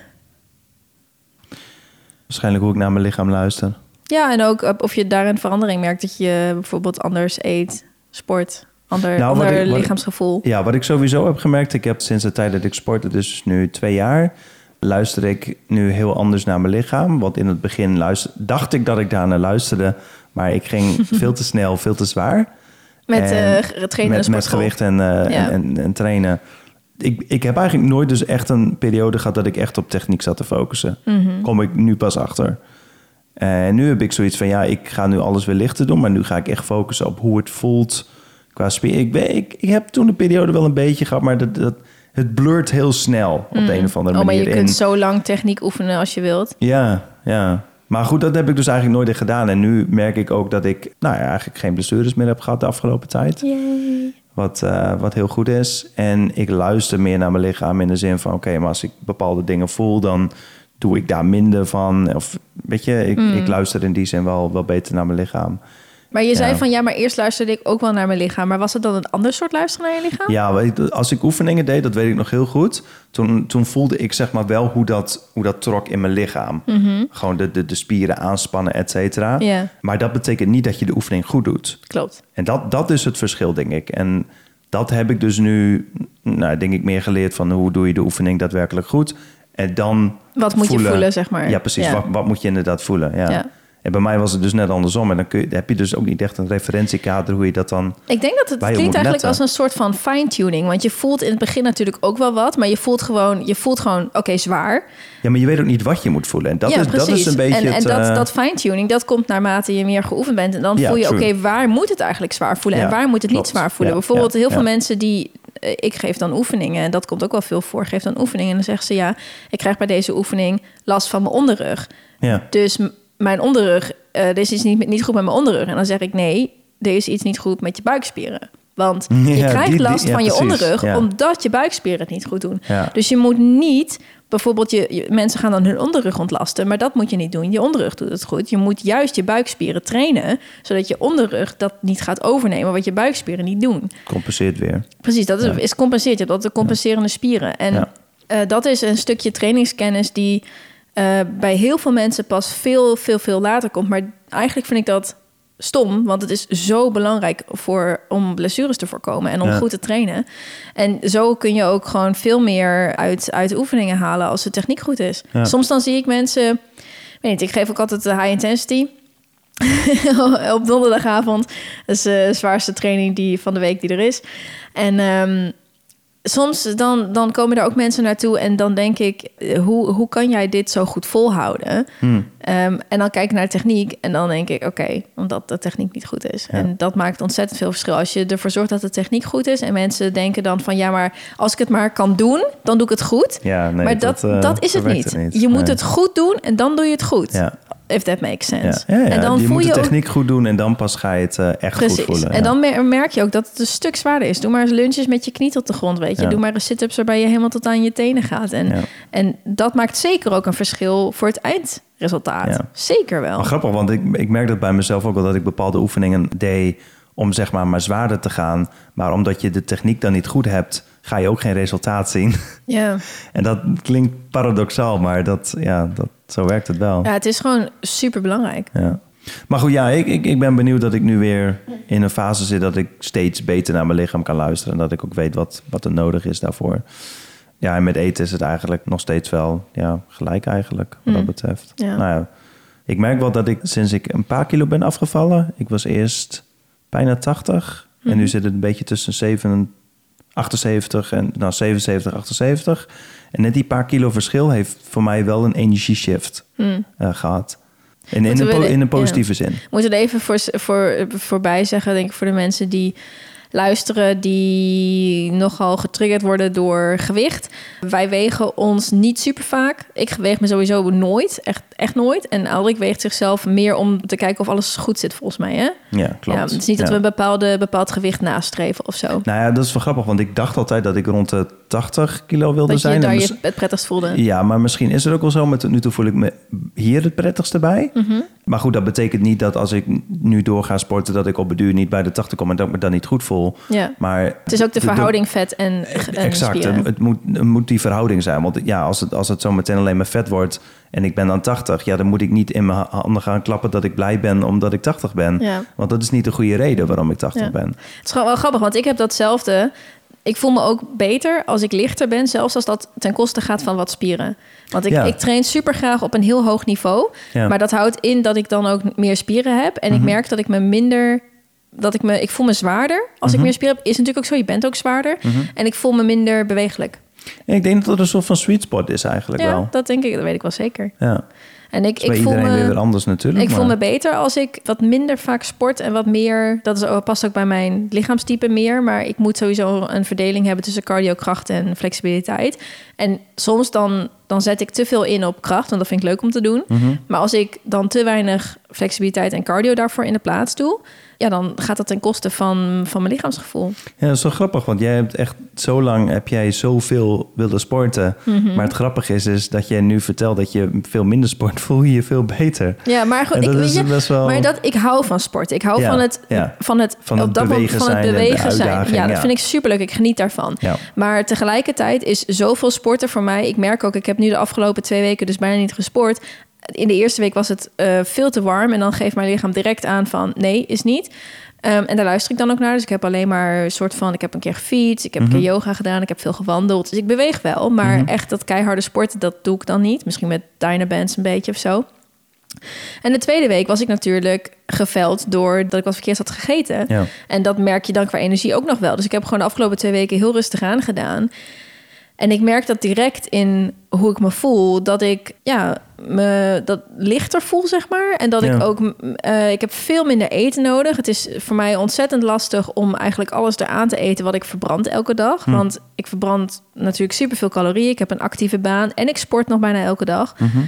Waarschijnlijk hoe ik naar mijn lichaam luister. Ja, en ook of je daar een verandering merkt, dat je bijvoorbeeld anders eet, sport, ander, nou, ander ik, lichaamsgevoel. Ik, ja, wat ik sowieso heb gemerkt, ik heb sinds de tijd dat ik sportte, dus nu twee jaar, luister ik nu heel anders naar mijn lichaam. Want in het begin luister, dacht ik dat ik daar naar luisterde, maar ik ging veel te snel, veel te zwaar. Met uh, trainen met, met gewicht en, uh, ja. en, en, en trainen. Ik, ik heb eigenlijk nooit dus echt een periode gehad dat ik echt op techniek zat te focussen. Mm-hmm. Kom ik nu pas achter. En uh, nu heb ik zoiets van, ja, ik ga nu alles weer lichter doen, maar nu ga ik echt focussen op hoe het voelt qua spier. Ik, ik, ik heb toen een periode wel een beetje gehad, maar dat, dat, het blurt heel snel op mm. de een of andere oh, manier. Maar je in. kunt zo lang techniek oefenen als je wilt. Ja, ja. Maar goed, dat heb ik dus eigenlijk nooit gedaan. En nu merk ik ook dat ik nou ja, eigenlijk geen blessures meer heb gehad de afgelopen tijd. Yay. Wat, uh, wat heel goed is. En ik luister meer naar mijn lichaam in de zin van, oké, okay, maar als ik bepaalde dingen voel, dan doe ik daar minder van. Of weet je, ik, mm. ik luister in die zin wel, wel beter naar mijn lichaam. Maar je zei ja. van, ja, maar eerst luisterde ik ook wel naar mijn lichaam. Maar was het dan een ander soort luisteren naar je lichaam? Ja, als ik oefeningen deed, dat weet ik nog heel goed. Toen, toen voelde ik zeg maar wel hoe dat, hoe dat trok in mijn lichaam. Mm-hmm. Gewoon de, de, de spieren aanspannen, et cetera. Yeah. Maar dat betekent niet dat je de oefening goed doet. Klopt. En dat, dat is het verschil, denk ik. En dat heb ik dus nu, nou, denk ik, meer geleerd van hoe doe je de oefening daadwerkelijk goed. En dan Wat moet voelen, je voelen, zeg maar. Ja, precies. Ja. Wat, wat moet je inderdaad voelen, ja. ja. En bij mij was het dus net andersom. En dan kun je, heb je dus ook niet echt een referentiekader hoe je dat dan... Ik denk dat het klinkt eigenlijk letten. als een soort van fine-tuning. Want je voelt in het begin natuurlijk ook wel wat. Maar je voelt gewoon, je voelt gewoon oké, okay, zwaar. Ja, maar je weet ook niet wat je moet voelen. En dat, ja, is, dat is een beetje En, het, en dat, uh... dat fine-tuning, dat komt naarmate je meer geoefend bent. En dan ja, voel je, oké, okay, waar moet het eigenlijk zwaar voelen? Ja, en waar moet het klopt. niet zwaar voelen? Ja, Bijvoorbeeld ja, heel ja. veel mensen die... Ik geef dan oefeningen, en dat komt ook wel veel voor. Geef dan oefeningen en dan zeggen ze... ja, ik krijg bij deze oefening last van mijn onderrug. Ja. Dus m- mijn onderrug... Uh, er is iets niet, niet goed met mijn onderrug. En dan zeg ik, nee, er is iets niet goed met je buikspieren. Want je Ja, krijgt die- die- last ja, van je precies, onderrug... ja. omdat je buikspieren het niet goed doen. Ja. Dus je moet niet... Bijvoorbeeld, je, je- mensen gaan dan hun onderrug ontlasten... maar dat moet je niet doen. Je onderrug doet het goed. Je moet juist je buikspieren trainen... zodat je onderrug dat niet gaat overnemen... wat je buikspieren niet doen. Compenseert weer. Precies, dat is, Ja. is compenseert. Je hebt altijd de compenserende spieren. En Ja. eh, dat is een stukje trainingskennis... die eh, bij heel veel mensen pas veel, veel, veel later komt. Maar eigenlijk vind ik dat... stom, want het is zo belangrijk voor om blessures te voorkomen en om Ja. goed te trainen. En zo kun je ook gewoon veel meer uit, uit oefeningen halen als de techniek goed is. Ja. Soms dan zie ik mensen, weet niet, ik geef ook altijd de high intensity op donderdagavond. Dat is de zwaarste training die van de week die er is. En um, soms dan, dan komen er ook mensen naartoe en dan denk ik, hoe, hoe kan jij dit zo goed volhouden? Hmm. Um, en dan kijk ik naar de techniek en dan denk ik, oké, okay, omdat de techniek niet goed is. Ja. En dat maakt ontzettend veel verschil. Als je ervoor zorgt dat de techniek goed is en mensen denken dan van, ja, maar als ik het maar kan doen, dan doe ik het goed. Ja, nee, maar dat, dat, uh, dat is het niet. het niet. Je moet Nee. het goed doen en dan doe je het goed. Ja. If that makes sense. Ja, ja, ja. En dan je voel moet je de ook- techniek goed doen en dan pas ga je het uh, echt Precies. goed voelen. En ja. dan mer- merk je ook dat het een stuk zwaarder is. Doe maar eens lunches met je knie tot de grond, weet je. Ja. Doe maar eens sit-ups waarbij je helemaal tot aan je tenen gaat. En, Ja. en dat maakt zeker ook een verschil voor het eindresultaat. Ja. Zeker wel. Maar grappig, want ik, ik merk dat bij mezelf ook wel dat ik bepaalde oefeningen deed om zeg maar maar zwaarder te gaan. Maar omdat je de techniek dan niet goed hebt, ga je ook geen resultaat zien. Ja. En dat klinkt paradoxaal, maar dat, ja, dat, zo werkt het wel. ja, het is gewoon super belangrijk. Ja. Maar goed, ja, ik, ik, ik ben benieuwd dat ik nu weer in een fase zit dat ik steeds beter naar mijn lichaam kan luisteren. En dat ik ook weet wat, wat er nodig is daarvoor. Ja, en met eten is het eigenlijk nog steeds wel ja, gelijk eigenlijk, wat Mm. dat betreft. Ja. Nou ja, ik merk wel dat ik sinds ik een paar kilo ben afgevallen. Ik was eerst bijna tachtig. En nu Mhm. zit het een beetje tussen zeven, achtenzeventig en nou, zevenenzeventig, achtenzeventig. En net die paar kilo verschil heeft voor mij wel een energieshift Hmm. uh, gehad. In, in, Moeten een, we po- de- in een positieve ja. zin. Moeten we er even voor, voor, voorbij zeggen, denk ik, voor de mensen die luisteren, die nogal getriggerd worden door gewicht. Wij wegen ons niet super vaak. Ik weeg me sowieso nooit, echt, echt nooit. En Aldrik weegt zichzelf meer om te kijken of alles goed zit, volgens mij, hè? Ja, klopt. Ja, het is niet dat Ja. we een bepaalde, bepaald gewicht nastreven of zo. Nou ja, dat is wel grappig, want ik dacht altijd dat ik rond de tachtig kilo wilde Dat je zijn. daar En je mis- het prettigst voelde. Ja, maar misschien is het ook wel zo. Maar tot nu toe voel ik me hier het prettigste bij. Mhm. Maar goed, dat betekent niet dat als ik nu door ga sporten, dat ik op het duur niet bij de tachtig kom en dat ik me dan niet goed voel. Ja. Maar Het is ook de verhouding vet en, en exact, spieren. het, het, moet, het moet die verhouding zijn. Want ja, als het, als het zo meteen alleen maar vet wordt en ik ben dan tachtig, ja, dan moet ik niet in mijn handen gaan klappen dat ik blij ben omdat ik tachtig ben. Ja. Want dat is niet de goede reden waarom ik tachtig Ja. ben. Het is gewoon wel grappig, want ik heb datzelfde. Ik voel me ook beter als ik lichter ben, zelfs als dat ten koste gaat van wat spieren. Want ik, Ja. ik train super graag op een heel hoog niveau. Ja. Maar dat houdt in dat ik dan ook meer spieren heb. En Mhm. ik merk dat ik me minder... Dat ik, me, ik voel me zwaarder als Mhm. ik meer spieren heb. Is natuurlijk ook zo, je bent ook zwaarder. Mhm. En ik voel me minder bewegelijk. En ik denk dat het een soort van sweet spot is eigenlijk Ja, wel. dat denk ik, dat weet ik wel zeker. Ja. En ik, Dat is bij ik voel iedereen me... weer anders natuurlijk. Ik voel maar- me beter als ik wat minder vaak sport en wat meer... Dat is, ook- past ook bij mijn lichaamstype meer. Maar ik moet sowieso een verdeling hebben tussen cardio, kracht en flexibiliteit. En soms dan, dan zet ik te veel in op kracht, want dat vind ik leuk om te doen. Mhm. Maar als ik dan te weinig flexibiliteit en cardio daarvoor in de plaats doe... ja, dan gaat dat ten koste van, van mijn lichaamsgevoel. Ja, dat is wel grappig, want jij hebt echt zo lang heb jij zoveel willen sporten. Mhm. Maar het grappige is, is dat jij nu vertelt dat je veel minder sport, voel je je veel beter. Ja, maar goed, En ik, dat weet is je, best wel- maar dat, ik hou van sport. Ik hou Ja, van het, ja. van het, Van het op dat moment- bewegen van het zijn en de bewegen zijn. uitdaging, Ja, dat ja. vind ik superleuk. Ik geniet daarvan. Ja. Maar tegelijkertijd is zoveel sporten voor mij... Ik merk ook, ik heb nu de afgelopen twee weken dus bijna niet gesport. In de eerste week was het uh, veel te warm. En dan geeft mijn lichaam direct aan van nee, is niet. Um, en daar luister ik dan ook naar. Dus ik heb alleen maar een soort van... Ik heb een keer gefietst, ik heb Mhm. een keer yoga gedaan... ik heb veel gewandeld. Dus ik beweeg wel. Maar Mhm. echt dat keiharde sporten, dat doe ik dan niet. Misschien met Dynabands een beetje of zo. En de tweede week was ik natuurlijk geveld door dat ik wat verkeerd had gegeten. Ja. En dat merk je dan qua energie ook nog wel. Dus ik heb gewoon de afgelopen twee weken heel rustig aan gedaan. En ik merk dat direct in hoe ik me voel, dat ik ja, me dat lichter voel, zeg maar. En dat Ja. ik ook, uh, ik heb veel minder eten nodig. Het is voor mij ontzettend lastig om eigenlijk alles eraan te eten wat ik verbrand elke dag. Hm. Want ik verbrand natuurlijk superveel calorieën. Ik heb een actieve baan en ik sport nog bijna elke dag. Mhm.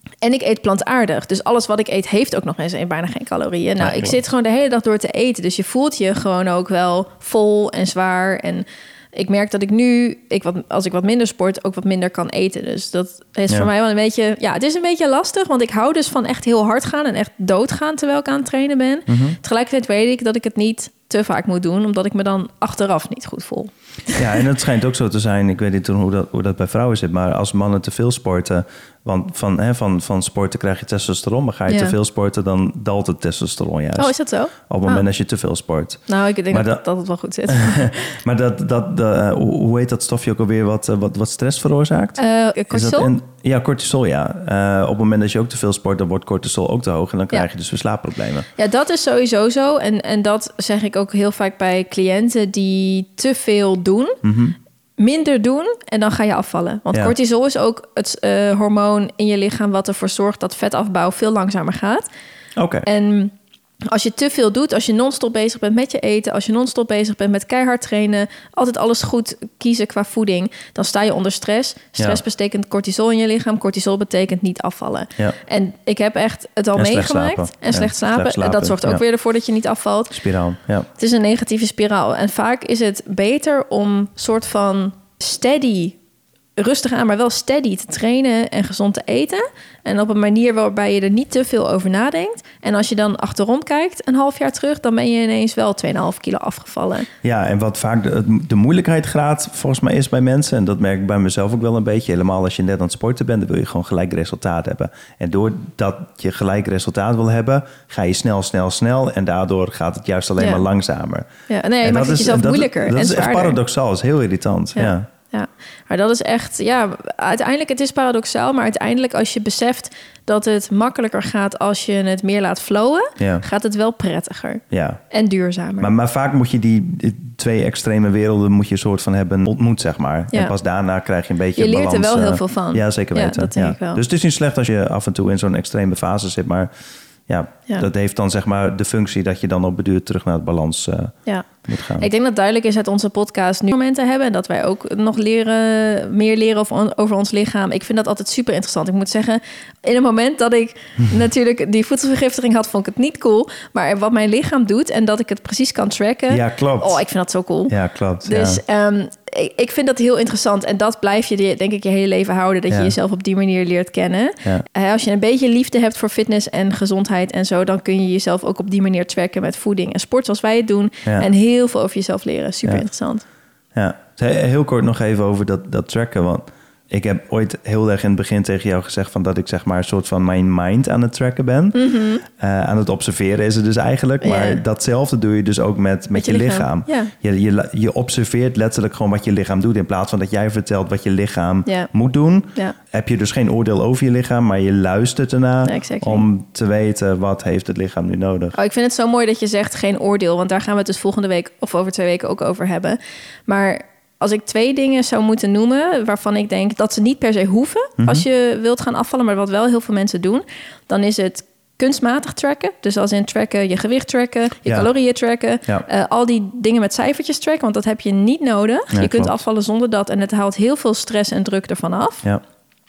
En ik eet plantaardig. Dus alles wat ik eet heeft ook nog eens bijna geen calorieën. Nou, Ja, ik zit gewoon de hele dag door te eten. Dus je voelt je gewoon ook wel vol en zwaar. En ik merk dat ik nu, ik wat, als ik wat minder sport, ook wat minder kan eten. Dus dat is Ja. voor mij wel een beetje... Ja, het is een beetje lastig. Want ik hou dus van echt heel hard gaan en echt doodgaan terwijl ik aan het trainen ben. Mm-hmm. Tegelijkertijd weet ik dat ik het niet te vaak moet doen. Omdat ik me dan achteraf niet goed voel. Ja, en het schijnt ook zo te zijn, ik weet niet hoe dat, hoe dat bij vrouwen zit, maar als mannen te veel sporten, want van, hè, van, van sporten krijg je testosteron, maar ga je Ja. te veel sporten, dan daalt het testosteron juist. Oh, is dat zo? Op het moment Ah. als je te veel sport. Nou, ik denk Maar dat, dat- dat het wel goed zit. Maar dat, dat, de, uh, hoe hoe heet dat stofje ook alweer wat, uh, wat, wat stress veroorzaakt? Uh, Is cortisol? dat in- ja, cortisol, ja. Uh, op het moment dat je ook te veel sport, dan wordt cortisol ook te hoog en dan krijg Ja. je dus weer slaapproblemen. Ja, dat is sowieso zo. En, en dat zeg ik ook heel vaak bij cliënten die te veel doen. Mm-hmm. Minder doen en dan ga je afvallen. Want Ja. cortisol is ook het uh, hormoon in je lichaam wat ervoor zorgt dat vetafbouw veel langzamer gaat. Oké. Okay. En als je te veel doet, als je non-stop bezig bent met je eten, als je non-stop bezig bent met keihard trainen, altijd alles goed kiezen qua voeding, dan sta je onder stress. Stress Ja. betekent cortisol in je lichaam. Cortisol betekent niet afvallen. Ja. En ik heb echt het al En slecht meegemaakt. slapen. En slecht Ja, slapen. slecht slapen. Dat zorgt ook Ja. weer ervoor dat je niet afvalt. Spiraal, ja. Het is een negatieve spiraal. En vaak is het beter om soort van steady, rustig aan, maar wel steady te trainen en gezond te eten. En op een manier waarbij je er niet te veel over nadenkt. En als je dan achterom kijkt, een half jaar terug, dan ben je ineens wel twee komma vijf kilo afgevallen. Ja, en wat vaak de, de moeilijkheidsgraad volgens mij is bij mensen, en dat merk ik bij mezelf ook wel een beetje, helemaal als je net aan het sporten bent, dan wil je gewoon gelijk resultaat hebben. En doordat je gelijk resultaat wil hebben, ga je snel, snel, snel en daardoor gaat het juist alleen Ja. maar langzamer. Ja, nee, je En maakt het is- jezelf dat, moeilijker Dat en is echt zwaarder. paradoxaal, dat is heel irritant. Ja. Ja. Ja, maar dat is echt, ja, uiteindelijk, het is paradoxaal, maar uiteindelijk als je beseft dat het makkelijker gaat als je het meer laat flowen, Ja. gaat het wel prettiger Ja. en duurzamer. Maar, maar vaak moet je die, die twee extreme werelden moet je een soort van hebben ontmoet, zeg maar. Ja. En pas daarna krijg je een beetje Je leert balans. er wel eh, heel veel van. Ja, zeker Ja, weten. dat denk ik wel. Dus het is niet slecht als je af en toe in zo'n extreme fase zit, maar ja, Ja. dat heeft dan zeg maar de functie dat je dan op beduur terug naar het balans uh, ja. moet gaan. Ik denk dat duidelijk is uit onze podcast nu momenten hebben en dat wij ook nog leren, meer leren over, over ons lichaam. Ik vind dat altijd super interessant. Ik moet zeggen, in het moment dat ik natuurlijk die voedselvergiftiging had, vond ik het niet cool. Maar wat mijn lichaam doet en dat ik het precies kan tracken. Ja, klopt. Oh, ik vind dat zo cool. Ja, klopt. Dus ja. um, ik, ik vind dat heel interessant. En dat blijf je, denk ik, je hele leven houden. Dat Ja. je jezelf op die manier leert kennen. Ja. Uh, als je een beetje liefde hebt voor fitness en gezondheid en zo, dan kun je jezelf ook op die manier tracken met voeding en sport zoals wij het doen. Ja. En heel veel over jezelf leren. Super Ja. interessant. Ja, heel kort nog even over dat, dat tracken. Want ik heb ooit heel erg in het begin tegen jou gezegd van dat ik zeg maar een soort van mijn mind aan het tracken ben. Mm-hmm. Uh, aan het observeren is het dus eigenlijk. Maar Ja. datzelfde doe je dus ook met, met, Met je, je lichaam. lichaam. Ja. Je, je, je observeert letterlijk gewoon wat je lichaam doet. In plaats van dat jij vertelt wat je lichaam Ja. moet doen. Ja. Heb je dus geen oordeel over je lichaam. Maar je luistert ernaar Ja, exactly. om te weten wat heeft het lichaam nu nodig. Oh, ik vind het zo mooi dat je zegt geen oordeel. Want daar gaan we het dus volgende week of over twee weken ook over hebben. Maar als ik twee dingen zou moeten noemen waarvan ik denk dat ze niet per se hoeven Mm-hmm. als je wilt gaan afvallen, maar wat wel heel veel mensen doen, dan is het kunstmatig tracken. Dus als in tracken, je gewicht tracken, je Ja. calorieën tracken, Ja. uh, al die dingen met cijfertjes tracken, want dat heb je niet nodig. Ja, je kunt klopt. afvallen zonder dat en het haalt heel veel stress en druk ervan af. Ja.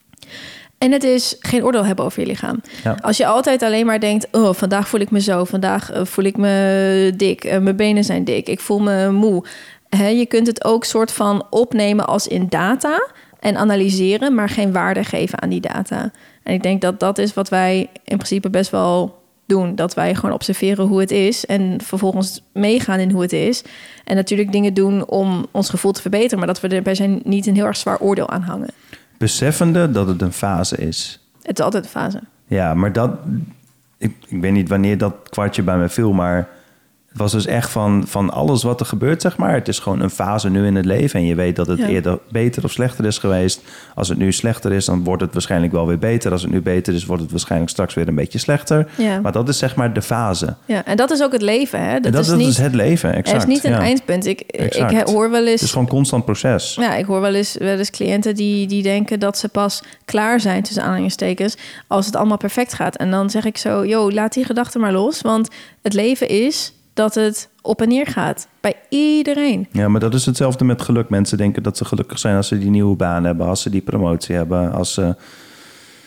En het is geen oordeel hebben over je lichaam. Ja. Als je altijd alleen maar denkt, oh, vandaag voel ik me zo, vandaag uh, voel ik me dik, uh, mijn benen zijn dik, ik voel me moe. He, je kunt het ook soort van opnemen als in data en analyseren, maar geen waarde geven aan die data. En ik denk dat dat is wat wij in principe best wel doen. Dat wij gewoon observeren hoe het is en vervolgens meegaan in hoe het is. En natuurlijk dingen doen om ons gevoel te verbeteren, maar dat we er bij zijn niet een heel erg zwaar oordeel aan hangen. Beseffende dat het een fase is. Het is altijd een fase. Ja, maar dat... Ik, ik weet niet wanneer dat kwartje bij me viel, maar het was dus echt van, van alles wat er gebeurt, zeg maar. Het is gewoon een fase nu in het leven en je weet dat het Ja. eerder beter of slechter is geweest. Als het nu slechter is, dan wordt het waarschijnlijk wel weer beter. Als het nu beter is, wordt het waarschijnlijk straks weer een beetje slechter. Ja. Maar dat is zeg maar de fase. Ja, en dat is ook het leven, hè? Dat, en dat, is, dat niet, is het leven, exact. er is niet een ja. eindpunt. Ik, Exact. ik hoor wel eens... Het is gewoon een constant proces. Ja, ik hoor wel eens, wel eens cliënten die, die denken dat ze pas klaar zijn, tussen aanhalingstekens, als het allemaal perfect gaat. En dan zeg ik zo, yo, laat die gedachten maar los. Want het leven is dat het op en neer gaat. Bij iedereen. Ja, maar dat is hetzelfde met geluk. Mensen denken dat ze gelukkig zijn als ze die nieuwe baan hebben, als ze die promotie hebben, als ze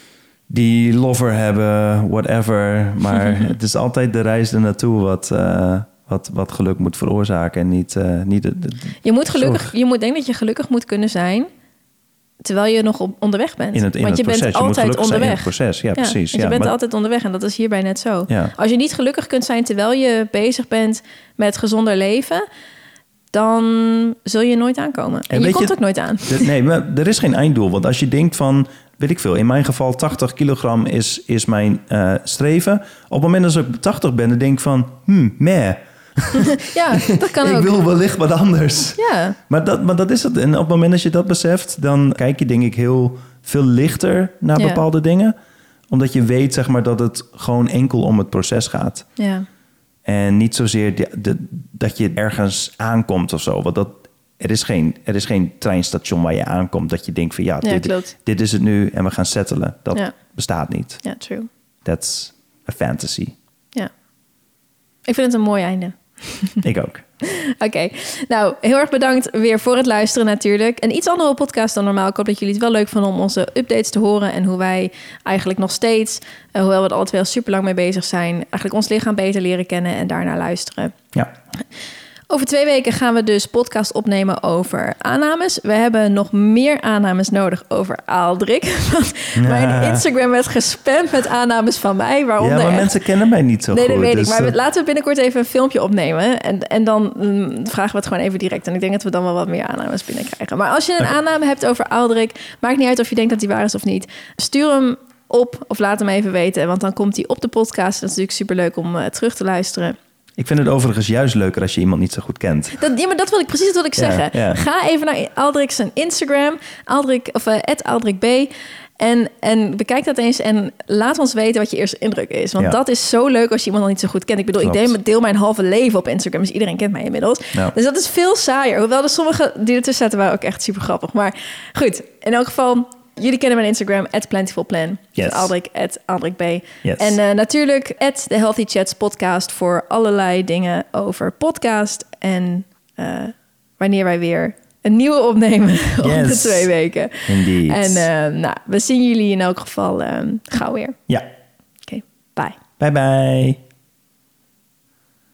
die lover hebben, whatever. Maar het is altijd de reis ernaartoe wat, uh, wat, wat geluk moet veroorzaken. En niet, uh, niet de, de, je moet gelukkig, je moet denken dat je gelukkig moet kunnen zijn terwijl je nog op, onderweg bent. In het, in Want het je proces. bent altijd je onderweg. In het proces, ja, ja precies. Dus ja, je bent maar... altijd onderweg en dat is hierbij net zo. Ja. Als je niet gelukkig kunt zijn terwijl je bezig bent met gezonder leven, dan zul je nooit aankomen. En, en je komt je, ook nooit aan. De, nee, maar er is geen einddoel. Want als je denkt van, weet ik veel, in mijn geval tachtig kilogram is, is mijn uh, streven. Op het moment dat ik tachtig ben, dan denk ik van, hmm, meh. Ja, dat kan ik ook. Ik wil wellicht wat anders. Ja. Maar dat, maar dat is het. En op het moment dat je dat beseft, dan kijk je denk ik heel veel lichter naar ja. bepaalde dingen. Omdat je weet, zeg maar, dat het gewoon enkel om het proces gaat. Ja. En niet zozeer de, de, dat je ergens aankomt of zo. Want dat, er, is geen, er is geen treinstation waar je aankomt dat je denkt van ja, ja dit, dit is het nu en we gaan settelen. Dat ja. bestaat niet. Ja, true. That's a fantasy. Ja. Ik vind het een mooi einde. Ik ook. Oké, okay. Nou, heel erg bedankt weer voor het luisteren natuurlijk. Een iets andere podcast dan normaal. Ik hoop dat jullie het wel leuk vonden om onze updates te horen en hoe wij eigenlijk nog steeds, uh, hoewel we er alle twee al super lang mee bezig zijn, eigenlijk ons lichaam beter leren kennen en daarnaar luisteren. Ja. Over twee weken gaan we dus podcast opnemen over aannames. We hebben nog meer aannames nodig over Aaldrik. Want ja. Mijn Instagram werd gespamd met aannames van mij. Waaronder ja, maar echt... mensen kennen mij niet zo nee, goed. Nee, dat weet dus ik. Maar dat... laten we binnenkort even een filmpje opnemen. En, en dan mm, vragen we het gewoon even direct. En ik denk dat we dan wel wat meer aannames binnenkrijgen. Maar als je een okay. aanname hebt over Aaldrik, maakt niet uit of je denkt dat die waar is of niet. Stuur hem op of laat hem even weten. Want dan komt hij op de podcast. Dat is natuurlijk superleuk om uh, terug te luisteren. Ik vind het overigens juist leuker als je iemand niet zo goed kent. Dat, ja, maar dat wil ik precies wat ik ja, zeggen. Ja. Ga even naar Aaldrik zijn Instagram, Aaldrik of uh, at Aaldrik B. En, en bekijk dat eens en laat ons weten wat je eerste indruk is. Want ja. dat is zo leuk als je iemand nog niet zo goed kent. Ik bedoel, Klopt. ik deel, deel mijn halve leven op Instagram. Dus iedereen kent mij inmiddels. Ja. Dus dat is veel saaier. Hoewel er sommige die ertussen zaten waren ook echt super grappig. Maar goed, in elk geval... Jullie kennen mijn Instagram, at plentifulplan. Yes. Aldrik, at Aldrik B. Yes. En uh, natuurlijk, at The Healthy Chats podcast... voor allerlei dingen over podcast. En uh, wanneer wij weer een nieuwe opnemen yes. om de twee weken. Indeed. En uh, nou, we zien jullie in elk geval uh, gauw weer. Ja. Oké, okay, bye. Bye bye.